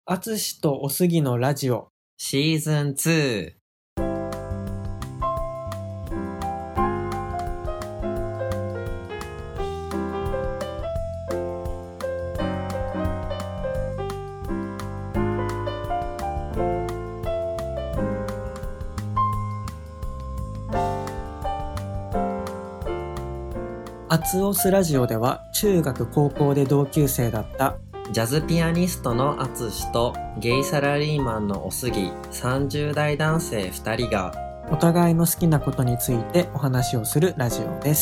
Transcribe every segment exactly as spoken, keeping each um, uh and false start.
あつしとおすぎのラジオシーズンツー。 あつおすラジオでは中学高校で同級生だったジャズピアニストのあつしとゲイサラリーマンのおすぎさんじゅう代男性ふたりがお互いの好きなことについてお話をするラジオです。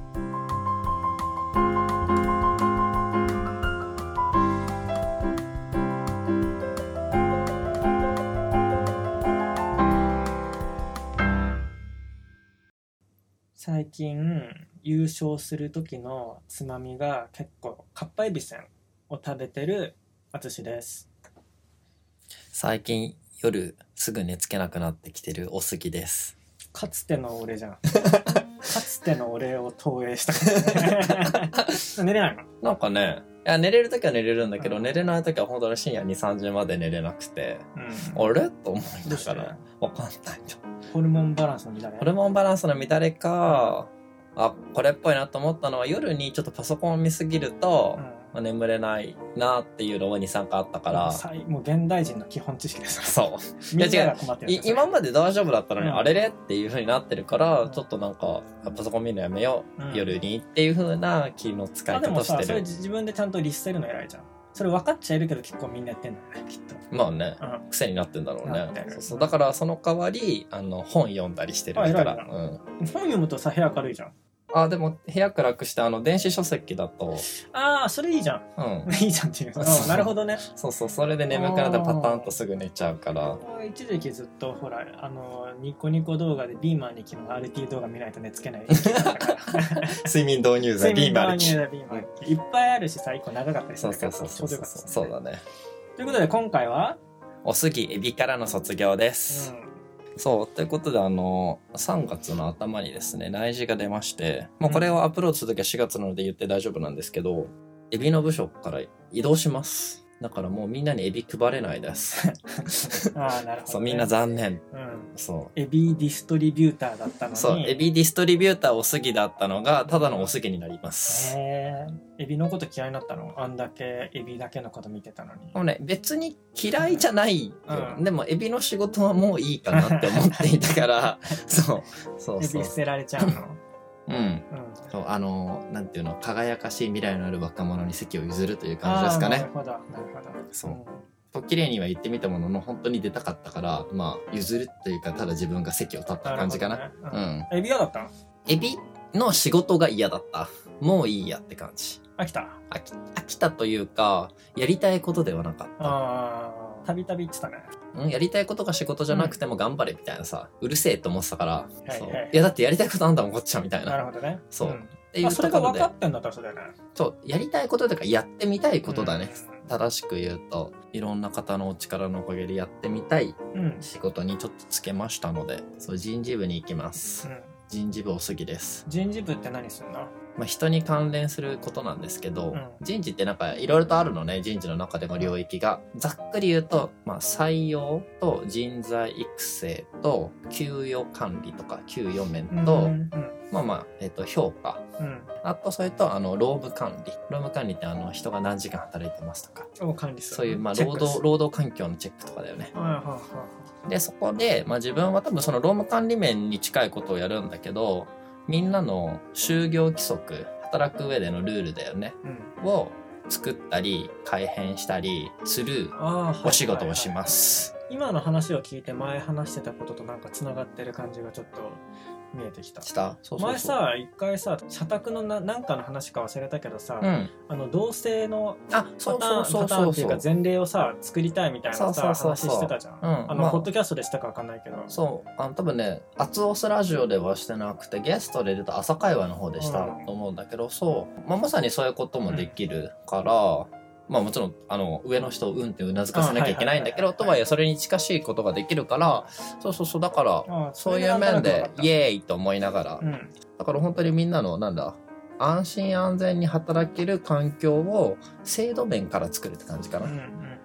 最近優勝する時のつまみが結構かっぱえびせんを食べてるあつしです。 最近夜すぐ寝つけなくなってきてるおすぎです。 かつての俺じゃんかつての俺を投影した寝れないの？ なんかね、いや寝れるときは寝れるんだけど、うん、寝れないときは本当に深夜に、さんじまで寝れなくて、うん、あれと思いながらわかんないよ。 ホルモンバランスの乱れホルモンバランスの乱れか、うん、あ、これっぽいなと思ったのは夜にちょっとパソコンを見すぎると、うんまあ、眠れないなっていうのがに、さんかいあったから、 もう現代人の基本知識です。 そうみんなが困ってるんです。今まで大丈夫だったのに、うん、あれれっていう風になってるから、うん、ちょっとなんかパソコン見るのやめよう、うん、夜にっていう風な気の使い方してる。でもさ、それ自分でちゃんと律せるの偉いじゃん。それ分かっちゃいるけど結構みんなやってんだよね、きっと。 まあね、うん、癖になってんだろうね。そうそう、だからその代わりあの本読んだりしてるから、うん、 本読むとさ部屋明るいじゃん。 あ、でも部屋暗くしてあの電子書籍だと、 ああそれいいじゃん、うん、いいじゃんっていうなるほどね。 そうそう、それで眠くなったらパターンとすぐ寝ちゃうから。 一時期ずっとほらあのニコニコ動画でビーマンに昨日 アールティー 動画見ないと寝つけない睡眠導入剤ビーマンにいっぱいあるしさ、一個長かったりするからそうそうそうそうそう、そうだね。 ということで今回はおすぎエビからの卒業です、うんそうということであのさんがつの頭にですね内示が出まして、もうこれをアップロードするときはしがつなので言って大丈夫なんですけど、エビの部署から移動します。だからもうみんなにエビ配れないですああなるほど、ね、 そうみんな残念、うん、 そうエビディストリビューターだったのに、 そうエビディストリビューターおすぎだったのがただのおすぎになります。 へえ、エビのこと嫌いになったの？あんだけエビだけのこと見てたのに。 もうね別に嫌いじゃないよ、うん、でもエビの仕事はもういいかなって思っていたからそうそうそうエビ捨てられちゃうのうん、うん、そうあのなんていうの輝かしい未来のある若者に席を譲るという感じですかね。なるほどなるほど。 そう、うん、綺麗には言ってみたものの本当に出たかったからまあ譲るというかただ自分が席を立った感じかな。な、ねうん、 エビ嫌だったの？ エビの仕事が嫌だった。もういいやって感じ。 飽きた飽き飽きたというかやりたいことではなかった。 あたびたび言ってたね。 うん、やりたいことが仕事じゃなくても頑張れみたいなさ、うん、うるせえと思ってたから、はいはい、いやだってやりたいことあんだもんこっちはみたいな。 なるほどね。 そう、うん、 っていうところで、それが分かってんだったらそれだよね。 そうやりたいこととかやってみたいことだね、うん、正しく言うといろんな方のお力のおかげでやってみたい仕事にちょっとつけましたので、そう人事部に行きます、うん、人事部おすぎです。 人事部って何するの？ まあ、人に関連することなんですけど、うん、人事ってなんかいろいろとあるのね。人事の中でも領域がざっくり言うと、まあ、採用と人材育成と給与管理とか給与面と、うんうん、まあまあ、えっと、評価、うん、あとそれとあの労務管理労務管理ってあの人が何時間働いてますとか管理するそういうまあ労働労働環境のチェックとかだよね。でそこで、まあ、自分は多分その労務管理面に近いことをやるんだけど、みんなの就業規則働く上でのルールだよね、うん、を作ったり改変したりするお仕事をします、 はいはいはい。今の話を聞いて前話してたこととなんかつながってる感じがちょっと見えてきた。 したそうそうそう前さ一回さ社宅のななんかの話か忘れたけどさ、うん、あの同性のパターンパターンっていうか前例をさ作りたいみたいなさ話してたじゃん、うん、あの、まあ、ポッドキャストでしたか分かんないけど、 そうあの多分ねアツオスラジオではしてなくてゲストで出た朝会話の方でしたと思うんだけど、うん、そう、まあ、まさにそういうこともできるから、うんまあもちろんあの上の人をうんってうなずかせなきゃいけないんだけど、とはいえそれに近しいことができるから、そうそうそうだからそういう面でイエーイと思いながら、うん、だから本当にみんなのなんだ安心安全に働ける環境を制度面から作るって感じかな。うんうんうん、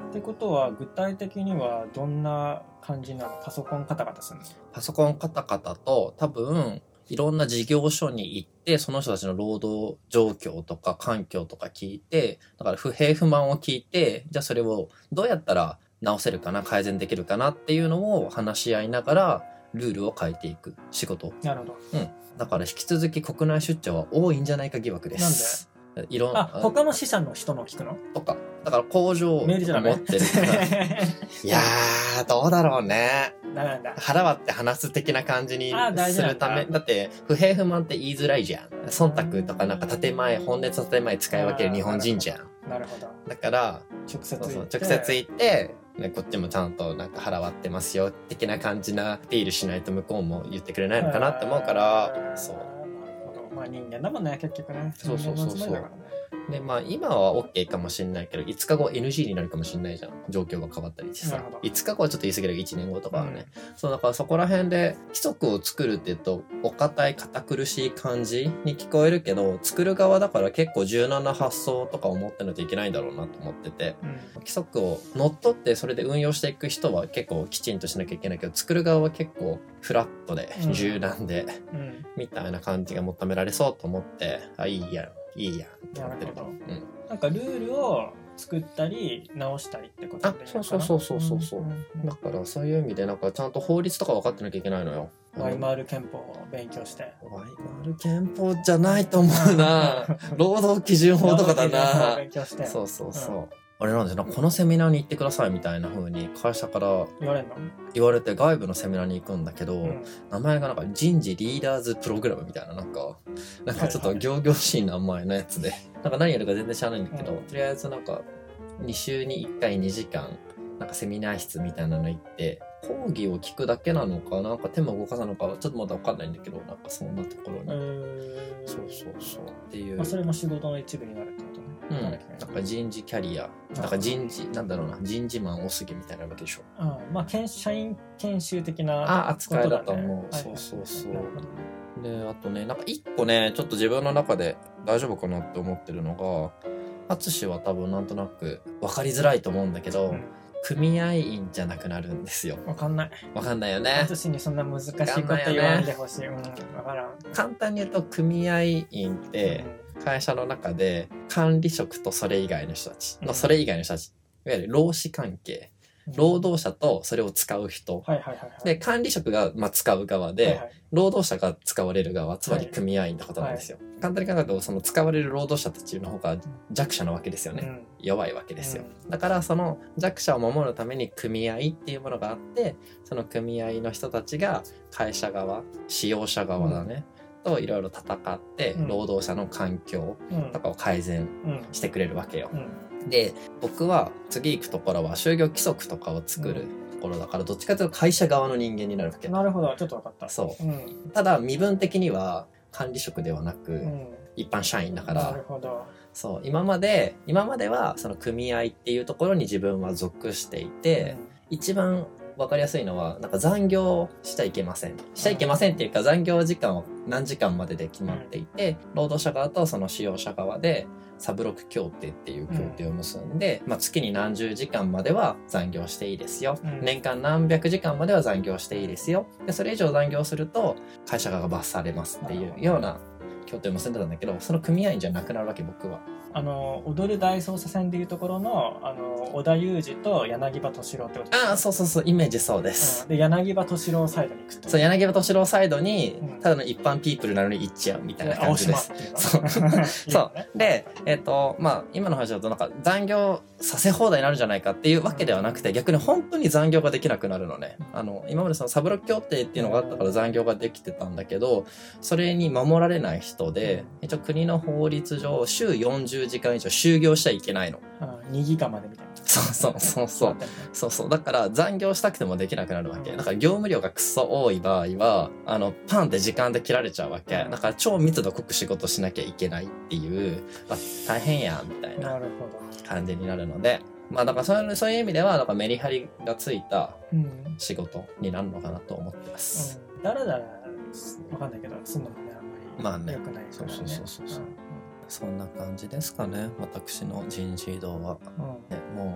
ってことは具体的にはどんな感じなの？パソコンカタカタするの？ パソコンカタカタと多分いろんな事業所に行ってその人たちの労働状況とか環境とか聞いて、だから不平不満を聞いて、じゃあそれをどうやったら直せるかな、改善できるかなっていうのを話し合いながらルールを変えていく仕事。 なるほど。 うん。だから引き続き国内出張は多いんじゃないか疑惑です。 なんで？ いろんあ、他の資産の人の聞くの？ とか。だから工場を持ってるから。いやー、どうだろうね。 なんだ。 腹割って話す的な感じにするため。だって、不平不満って言いづらいじゃん。忖度とかなんか建前、本音と建前使い分ける日本人じゃん。 なるほど。 だから、 直接言って。 そうそう直接言って、ね、こっちもちゃんとなんか腹割ってますよ的な感じなアピールしないと向こうも言ってくれないのかなって思うから、そう。 なるほど。まあ人間だもんね、結局ね。 そうそうそうそう。で、まあ今は OK かもしれないけど、いつかご エヌジー になるかもしれないじゃん。状況が変わったりしてさ。いつかごはちょっと言い過ぎるけどいちねんごとかはね。うん、そう、だからそこら辺で規則を作るって言うと、お堅い堅苦しい感じに聞こえるけど、作る側だから結構柔軟な発想とかを持ってないといけないんだろうなと思ってて、うん、規則を乗っ取ってそれで運用していく人は結構きちんとしなきゃいけないけど、作る側は結構フラットで、柔軟で、うん、みたいな感じが求められそうと思って、あ、いいやん。いいやって思ってる。 なるほど。うん。なんかルールを作ったり直したりってことでいいのかな？あ、 そうそうそうそうそう。うん、だからそういう意味でなんかちゃんと法律とか分かってなきゃいけないのよ。 ワイマール憲法を勉強して。 ワイマール憲法じゃないと思うな。労働基準法とかだな。 勉強して。 そうそうそう。うん、あれなんですよ、このセミナーに行ってくださいみたいな風に会社から言われるの？ 言われて外部のセミナーに行くんだけど、うん、名前がなんか人事リーダーズプログラムみたいな、なんかなんかちょっと仰々しい名前のやつで、なんか何やるか全然知らないんだけど、うん、とりあえずなんかに週にいっかいにじかんなんかセミナー室みたいなの行って講義を聞くだけなのかなんか手も動かさのかちょっとまだ分かんないんだけど、なんかそんなところに、えー、そうそうそうっていう、 まあ、それも仕事の一部になるってことね。 うん、なんか人事キャリア、なんか人事、なんだろうな、人事マン多すぎみたいなわけでしょ。 うん、まあ、社員研修的な、ね、 あ、扱いだと思う。そうそうそう。で、あとね、なんか一個ね、ちょっと自分の中で大丈夫かなって思ってるのが、淳は多分なんとなく分かりづらいと思うんだけど、うん、組合員じゃなくなるんですよ。 わかんない。 わかんないよね。 淳にそんな難しいこと言わんでほしい。うん、わからん。 簡単に言うと、組合員って、うん、会社の中で管理職とそれ以外の人たちの、うん、それ以外の人たち、いわゆる労使関係、うん、労働者とそれを使う人、 はいはいはいはい、 で管理職がまあ使う側で、はいはい、労働者が使われる側、つまり組合員ってことなんですよ、はいはい、簡単に考えるとその使われる労働者たちの方が弱者なわけですよね、うん、弱いわけですよ、うん、だからその弱者を守るために組合っていうものがあって、その組合の人たちが会社側、使用者側だね、うんといろいろ戦って労働者の環境とかを改善してくれるわけよ、うんうん、で僕は次行くところは就業規則とかを作るところだから、どっちかというと会社側の人間になるわけ。 なるほど、ちょっと分かった。 そう、うん、ただ身分的には管理職ではなく、うん、一般社員だから。 なるほど。 そう、今まで今まではその組合っていうところに自分は属していて、うん、一番わかりやすいのは、なんか残業しちゃいけません。しちゃいけませんっていうか、残業時間は何時間までで決まっていて、労働者側とその使用者側で、サブロク協定っていう協定を結んで、まあ、月に何十時間までは残業していいですよ。年間何百時間までは残業していいですよ。で、それ以上残業すると、会社側が罰されますっていうような協定を結んでたんだけど、その組合員じゃなくなるわけ、僕は。 あの踊る大捜査線でいうところの、あの織田裕二と柳葉敏郎ってことですか？ ああ、そうそうそう、イメージそうです、 うん、で柳葉敏郎サイドに行くと、 そう、柳葉敏郎サイドに、うん、ただの一般ピープルなのに行っちゃうみたいな感じです。そうそうで、えっ、ー、とまあ今の話だとなんか残業させ放題になるんじゃないかっていうわけではなくて、逆に本当に残業ができなくなるのね。あの今までそのサブロック協定っていうのがあったから残業ができてたんだけど、それに守られない人で、一応国の法律上週よんじゅうじかん以上就業しちゃいけないの。 ああ、にギガまでみたいな。 そうそうそうそう。そうそう。だから残業したくてもできなくなるわけ。だから業務量がクソ多い場合は、あの、パンって時間で切られちゃうわけ。だから超密度濃く仕事しなきゃいけないっていう、まあ、大変やんみたいな感じになるので、まあだからそういう、そういう意味では、だからメリハリがついた仕事になるのかなと思ってます。 うんうん、だらだらわかんないけど、すんのもね、あんまり良くないからね。 まあね。そうそうそうそう。うん、そんな感じですかね、私の人事異動は、うんね、もう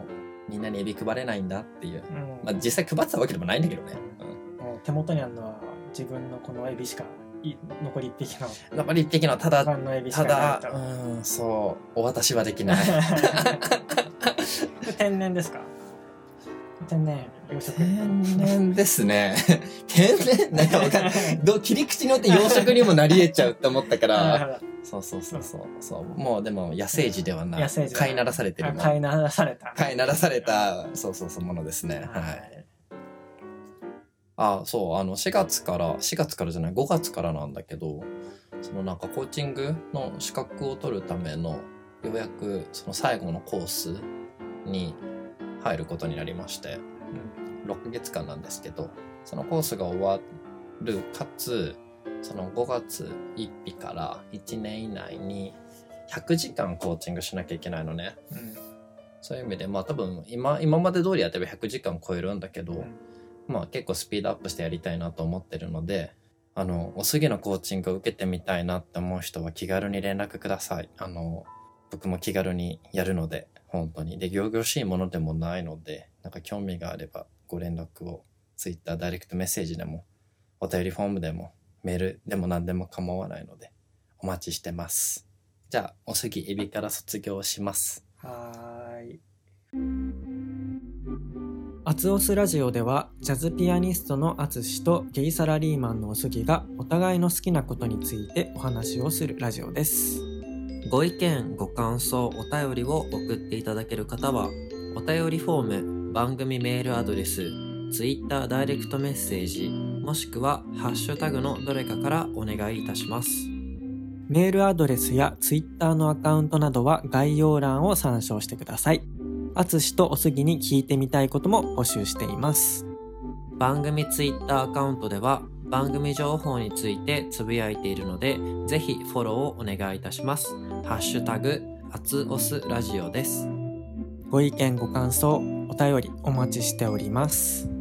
みんなにエビ配れないんだっていう、うん、まあ実際配ってたわけでもないんだけどね、 うん、もう手元にあるのは自分のこのエビしかい残り一匹の残り一匹のただのエビしかないと。 ただうんそうお渡しはできない天然ですか？天然養殖天然ですね天然なんかわかんないど切り口によって養殖にもなり得ちゃうって思ったからそうそうそうそうそうもうでも野生児ではない飼いならされてるもん飼いならされた飼いならされたそうそうそうものですね。はい。あそうあのしがつからしがつからじゃないごがつからなんだけどそのなんかコーチングの資格を取るためのようやくその最後のコースに入ることになりまして、うん、ろっかげつかんなんですけどそのコースが終わるかつそのごがつついたちからいちねん以内にひゃくじかんコーチングしなきゃいけないのね、うん、そういう意味でまあ多分 今, 今まで通りやってればひゃくじかん超えるんだけど、うんまあ結構スピードアップしてやりたいなと思ってるのであのおすぎのコーチングを受けてみたいなって思う人は気軽に連絡ください。あの僕も気軽にやるので本当にで仰々しいものでもないのでなんか興味があればご連絡を Twitter ダイレクトメッセージでもお便りフォームでもメールでも何でも構わないのでお待ちしてます。じゃあおすぎエビから卒業します。 はーい。アツオスラジオではジャズピアニストのアツシとゲイサラリーマンのおすぎがお互いの好きなことについてお話をするラジオです。 ご意見ご感想お便りを送っていただける方はお便りフォーム番組メールアドレス Twitter ダイレクトメッセージもしくはハッシュタグのどれかからお願いいたします。 メールアドレスや Twitter のアカウントなどは概要欄を参照してください。あつしとおすぎに聞いてみたいことも募集しています。 番組ツイッターアカウントでは番組情報についてつぶやいているのでぜひフォローをお願いいたします。ハッシュタグアツオスラジオです。 ご意見ご感想お便りお待ちしております。